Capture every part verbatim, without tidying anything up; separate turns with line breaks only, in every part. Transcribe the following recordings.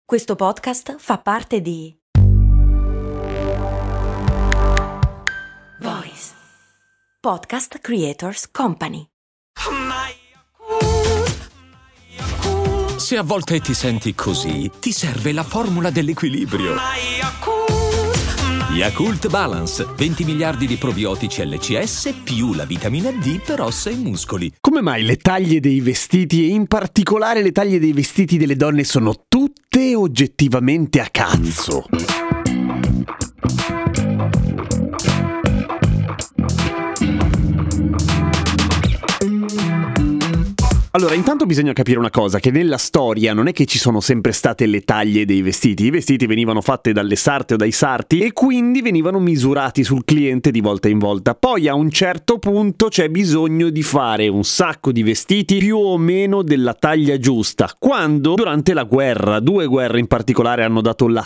Questo podcast fa parte di Voice Podcast Creators Company.
Se a volte ti senti così, ti serve la formula dell'equilibrio. Yakult Balance, venti miliardi di probiotici L C S più la vitamina D per ossa e muscoli.
Come mai le taglie dei vestiti e in particolare le taglie dei vestiti delle donne sono tutte oggettivamente a cazzo? Allora, intanto bisogna capire una cosa, che nella storia non è che ci sono sempre state le taglie dei vestiti. I vestiti venivano fatti dalle sarte o dai sarti e quindi venivano misurati sul cliente di volta in volta. Poi a un certo punto c'è bisogno di fare un sacco di vestiti più o meno della taglia giusta. Quando, durante la guerra, due guerre in particolare hanno dato la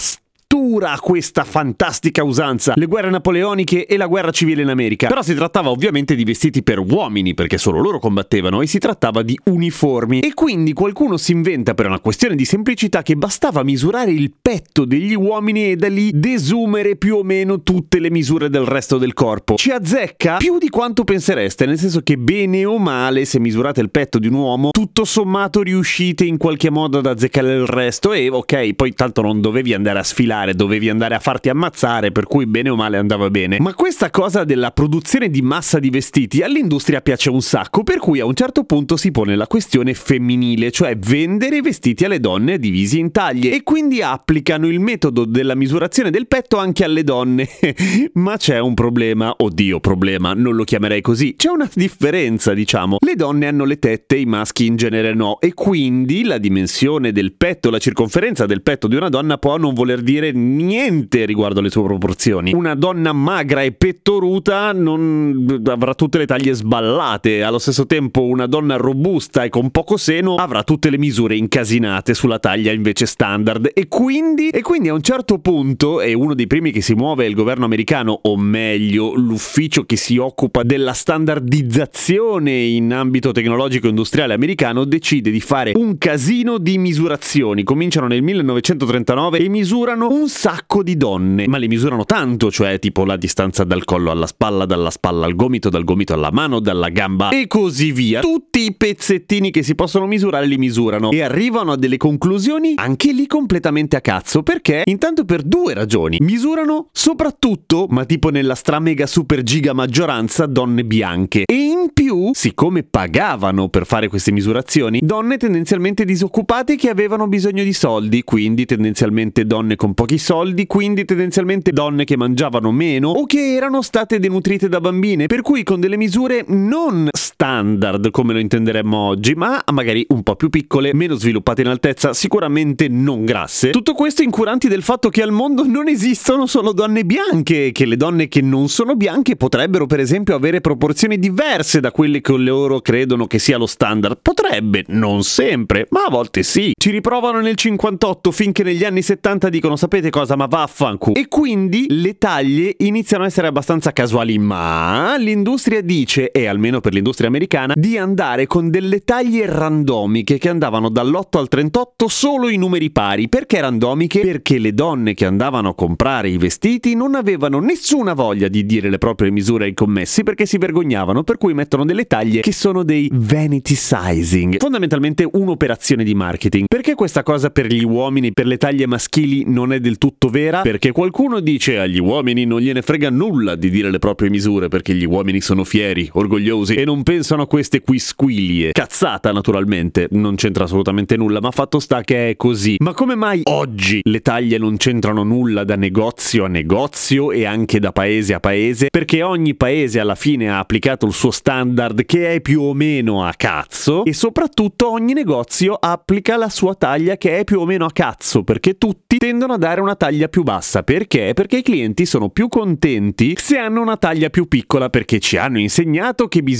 a questa fantastica usanza, le guerre napoleoniche e la guerra civile in America. Però si trattava ovviamente di vestiti per uomini, perché solo loro combattevano, e si trattava di uniformi. E quindi qualcuno si inventa, per una questione di semplicità, che bastava misurare il petto degli uomini e da lì desumere più o meno tutte le misure del resto del corpo. Ci azzecca più di quanto pensereste, nel senso che bene o male, se misurate il petto di un uomo, tutto sommato riuscite in qualche modo ad azzeccare il resto e ok, poi tanto non dovevi andare a sfilare, dovevi andare a farti ammazzare, per cui bene o male andava bene. Ma questa cosa della produzione di massa di vestiti all'industria piace un sacco, per cui a un certo punto si pone la questione femminile, cioè vendere vestiti alle donne divisi in taglie, e quindi applicano il metodo della misurazione del petto anche alle donne. Ma c'è un problema, oddio problema, non lo chiamerei così, c'è una differenza, diciamo. Le donne hanno le tette, i maschi in genere no, e quindi la dimensione del petto, la circonferenza del petto di una donna può non voler dire niente riguardo alle sue proporzioni. Una donna magra e pettoruta non avrà tutte le taglie sballate, allo stesso tempo una donna robusta e con poco seno avrà tutte le misure incasinate sulla taglia invece standard, e quindi e quindi a un certo punto, e uno dei primi che si muove è il governo americano, o meglio l'ufficio che si occupa della standardizzazione in ambito tecnologico industriale americano, decide di fare un casino di misurazioni. Cominciano nel millenovecentotrentanove e misurano un sacco di donne, ma le misurano tanto, cioè tipo la distanza dal collo alla spalla, dalla spalla al gomito, dal gomito alla mano, dalla gamba e così via. Tutti i pezzettini che si possono misurare li misurano e arrivano a delle conclusioni anche lì completamente a cazzo, perché intanto per due ragioni. Misurano soprattutto, ma tipo nella stra mega super giga maggioranza, donne bianche, e in più, siccome pagavano per fare queste misurazioni, donne tendenzialmente disoccupate che avevano bisogno di soldi, quindi tendenzialmente donne con pochi soldi, quindi tendenzialmente donne che mangiavano meno o che erano state denutrite da bambine, per cui con delle misure non standard come lo intenderemmo oggi, ma magari un po' più piccole, meno sviluppate in altezza, sicuramente non grasse. Tutto questo incuranti del fatto che al mondo non esistono solo donne bianche, che le donne che non sono bianche potrebbero per esempio avere proporzioni diverse da quelle che loro credono che sia lo standard. Potrebbe, non sempre, ma a volte sì. Ci riprovano nel cinquantotto finché negli anni settanta dicono: sapete cosa, ma vaffanculo. E quindi le taglie iniziano a essere abbastanza casuali, ma l'industria dice, e almeno per l'industria americana, di andare con delle taglie randomiche che andavano dall'otto al trentotto solo i numeri pari. Perché randomiche? Perché le donne che andavano a comprare i vestiti non avevano nessuna voglia di dire le proprie misure ai commessi perché si vergognavano, per cui mettono delle taglie che sono dei vanity sizing, fondamentalmente un'operazione di marketing. Perché questa cosa per gli uomini, per le taglie maschili non è del tutto vera? Perché qualcuno dice agli uomini non gliene frega nulla di dire le proprie misure perché gli uomini sono fieri, orgogliosi e non pensano a queste quisquilie. Cazzata, naturalmente, non c'entra assolutamente nulla, ma fatto sta che è così. Ma come mai oggi le taglie non c'entrano nulla da negozio a negozio e anche da paese a paese? Perché ogni paese alla fine ha applicato il suo standard che è più o meno a cazzo, e soprattutto ogni negozio applica la sua taglia che è più o meno a cazzo, perché tutti tendono a dare una taglia più bassa. Perché? Perché i clienti sono più contenti se hanno una taglia più piccola, perché ci hanno insegnato che bisogna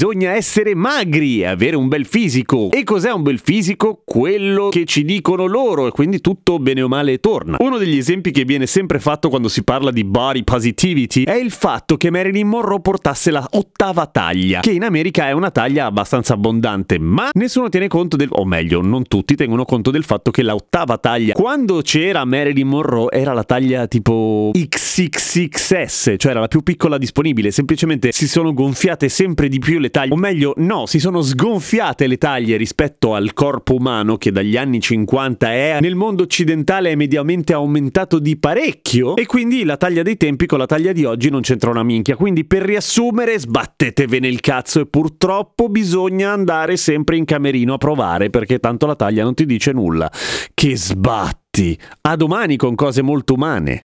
essere magri e avere un bel fisico. E cos'è un bel fisico? Quello che ci dicono loro, e quindi tutto bene o male torna. Uno degli esempi che viene sempre fatto quando si parla di body positivity è il fatto che Marilyn Monroe portasse la ottava taglia, che in America è una taglia abbastanza abbondante, ma nessuno tiene conto del, o meglio, non tutti tengono conto del fatto che la ottava taglia, quando c'era Marilyn Monroe, era la taglia tipo X X X S, cioè era la più piccola disponibile. Semplicemente si sono gonfiate sempre di più le taglie, o meglio, no, si sono sgonfiate le taglie rispetto al corpo umano, che dagli anni cinquanta è nel mondo occidentale è mediamente aumentato di parecchio, e quindi la taglia dei tempi con la taglia di oggi non c'entra una minchia. Quindi, per riassumere, sbattetevene il cazzo e purtroppo bisogna andare sempre in camerino a provare, perché tanto la taglia non ti dice nulla. Che sbatti! A domani con cose molto umane.